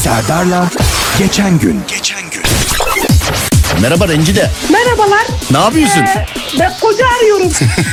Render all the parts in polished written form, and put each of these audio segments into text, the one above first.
Serdar'la geçen gün. Merhaba Rencide. Merhabalar. Ne yapıyorsun? Ben koca arıyorum.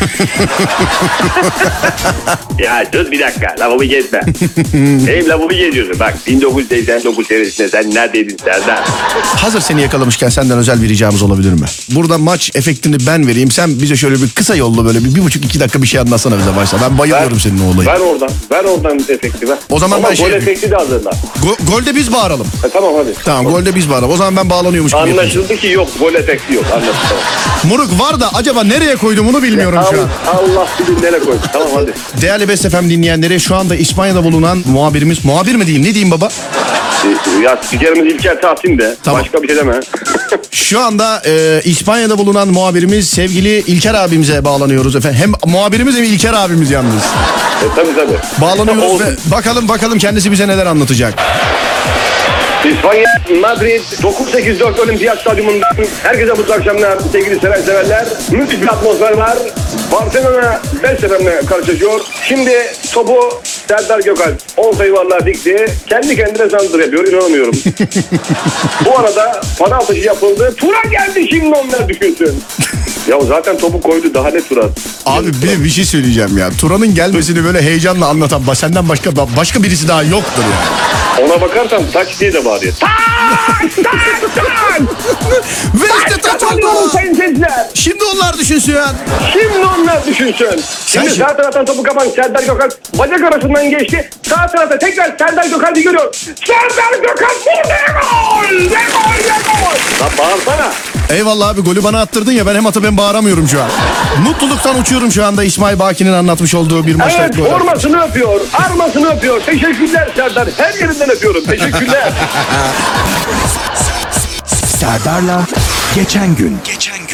Ya dur bir dakika, lafımı geçme. Benim lafımı geçiyorsun. Bak 1989 senesinde sen neredeydin Serdar? Hazır seni yakalamışken senden özel bir ricamız olabilir mi? Burada maç efektini ben vereyim. Sen bize şöyle bir kısa yollu böyle bir buçuk iki dakika bir şey anlatsana bize başla. Ben bayılıyorum senin o olayı. Ver oradan efekti ver. O zaman ama ben şey gol yapayım. efekti de hazırla. Golde biz bağıralım. Tamam hadi. Tamam golde biz bağıralım. O zaman ben bağlanıyormuş gibi yapayım. Anlaşıldı ki yok, gol efekti yok. Anlaşıldı. Moruk var da acaba nereye koydum onu bilmiyorum şu an. Allah bilir nereye koydu. Tamam hadi. Değerli Best FM dinleyenleri, şu anda İspanya'da bulunan muhabir mi diyeyim, ne diyeyim baba? Ya spikerimiz İlker Tahsin de. Tamam. Başka bir şey deme. Şu anda İspanya'da bulunan muhabirimiz sevgili İlker abimize bağlanıyoruz efendim. Hem muhabirimiz hem İlker abimiz yalnız. Tabii. Bağlanıyoruz Olsun. ve bakalım kendisi bize neler anlatacak. İspanya, Madrid, 984 Olimpiyat Stadyumundan herkese mutlu akşamlar sevgili severler. Müthiş bir atmosfer var. Barcelona Best FM'le karşılaşıyor. Şimdi topu Serdar Gökalp 10 sayı varlar dikti. Kendi kendine sandır yapıyor, inanamıyorum. Bu arada para atışı yapıldı. Turan geldi, şimdi onlar düşünsün. Ya zaten topu koydu, daha ne Turan? Abi bir şey söyleyeceğim ya. Turan'ın gelmesini böyle heyecanla anlatan senden başka birisi daha yoktur yani. Ona bakarsan taç diye de bağırıyor. Taç! Ve işte taç oldu. Sayın seyirciler. Şimdi onlar düşünsün. Şimdi onlar düşünsün. Şimdi Sen- sağ taraftan topu kapan Serdar Gökalp bacak arasından geçti. Sağ tarafta tekrar Serdar Gökalp'i görüyor. Serdar Gökalp burada gol! Ne gol! Lan bağırsana. Eyvallah abi, golü bana attırdın ya, ben hem atıp hem bağıramıyorum şu an. Mutluluktan uçuyorum şu anda İsmail Baki'nin anlatmış olduğu bir maçta. Evet, formasını öpüyor, armasını öpüyor. Teşekkürler Serdar. Her yerinden öpüyorum. Teşekkürler. Serdar'la geçen gün.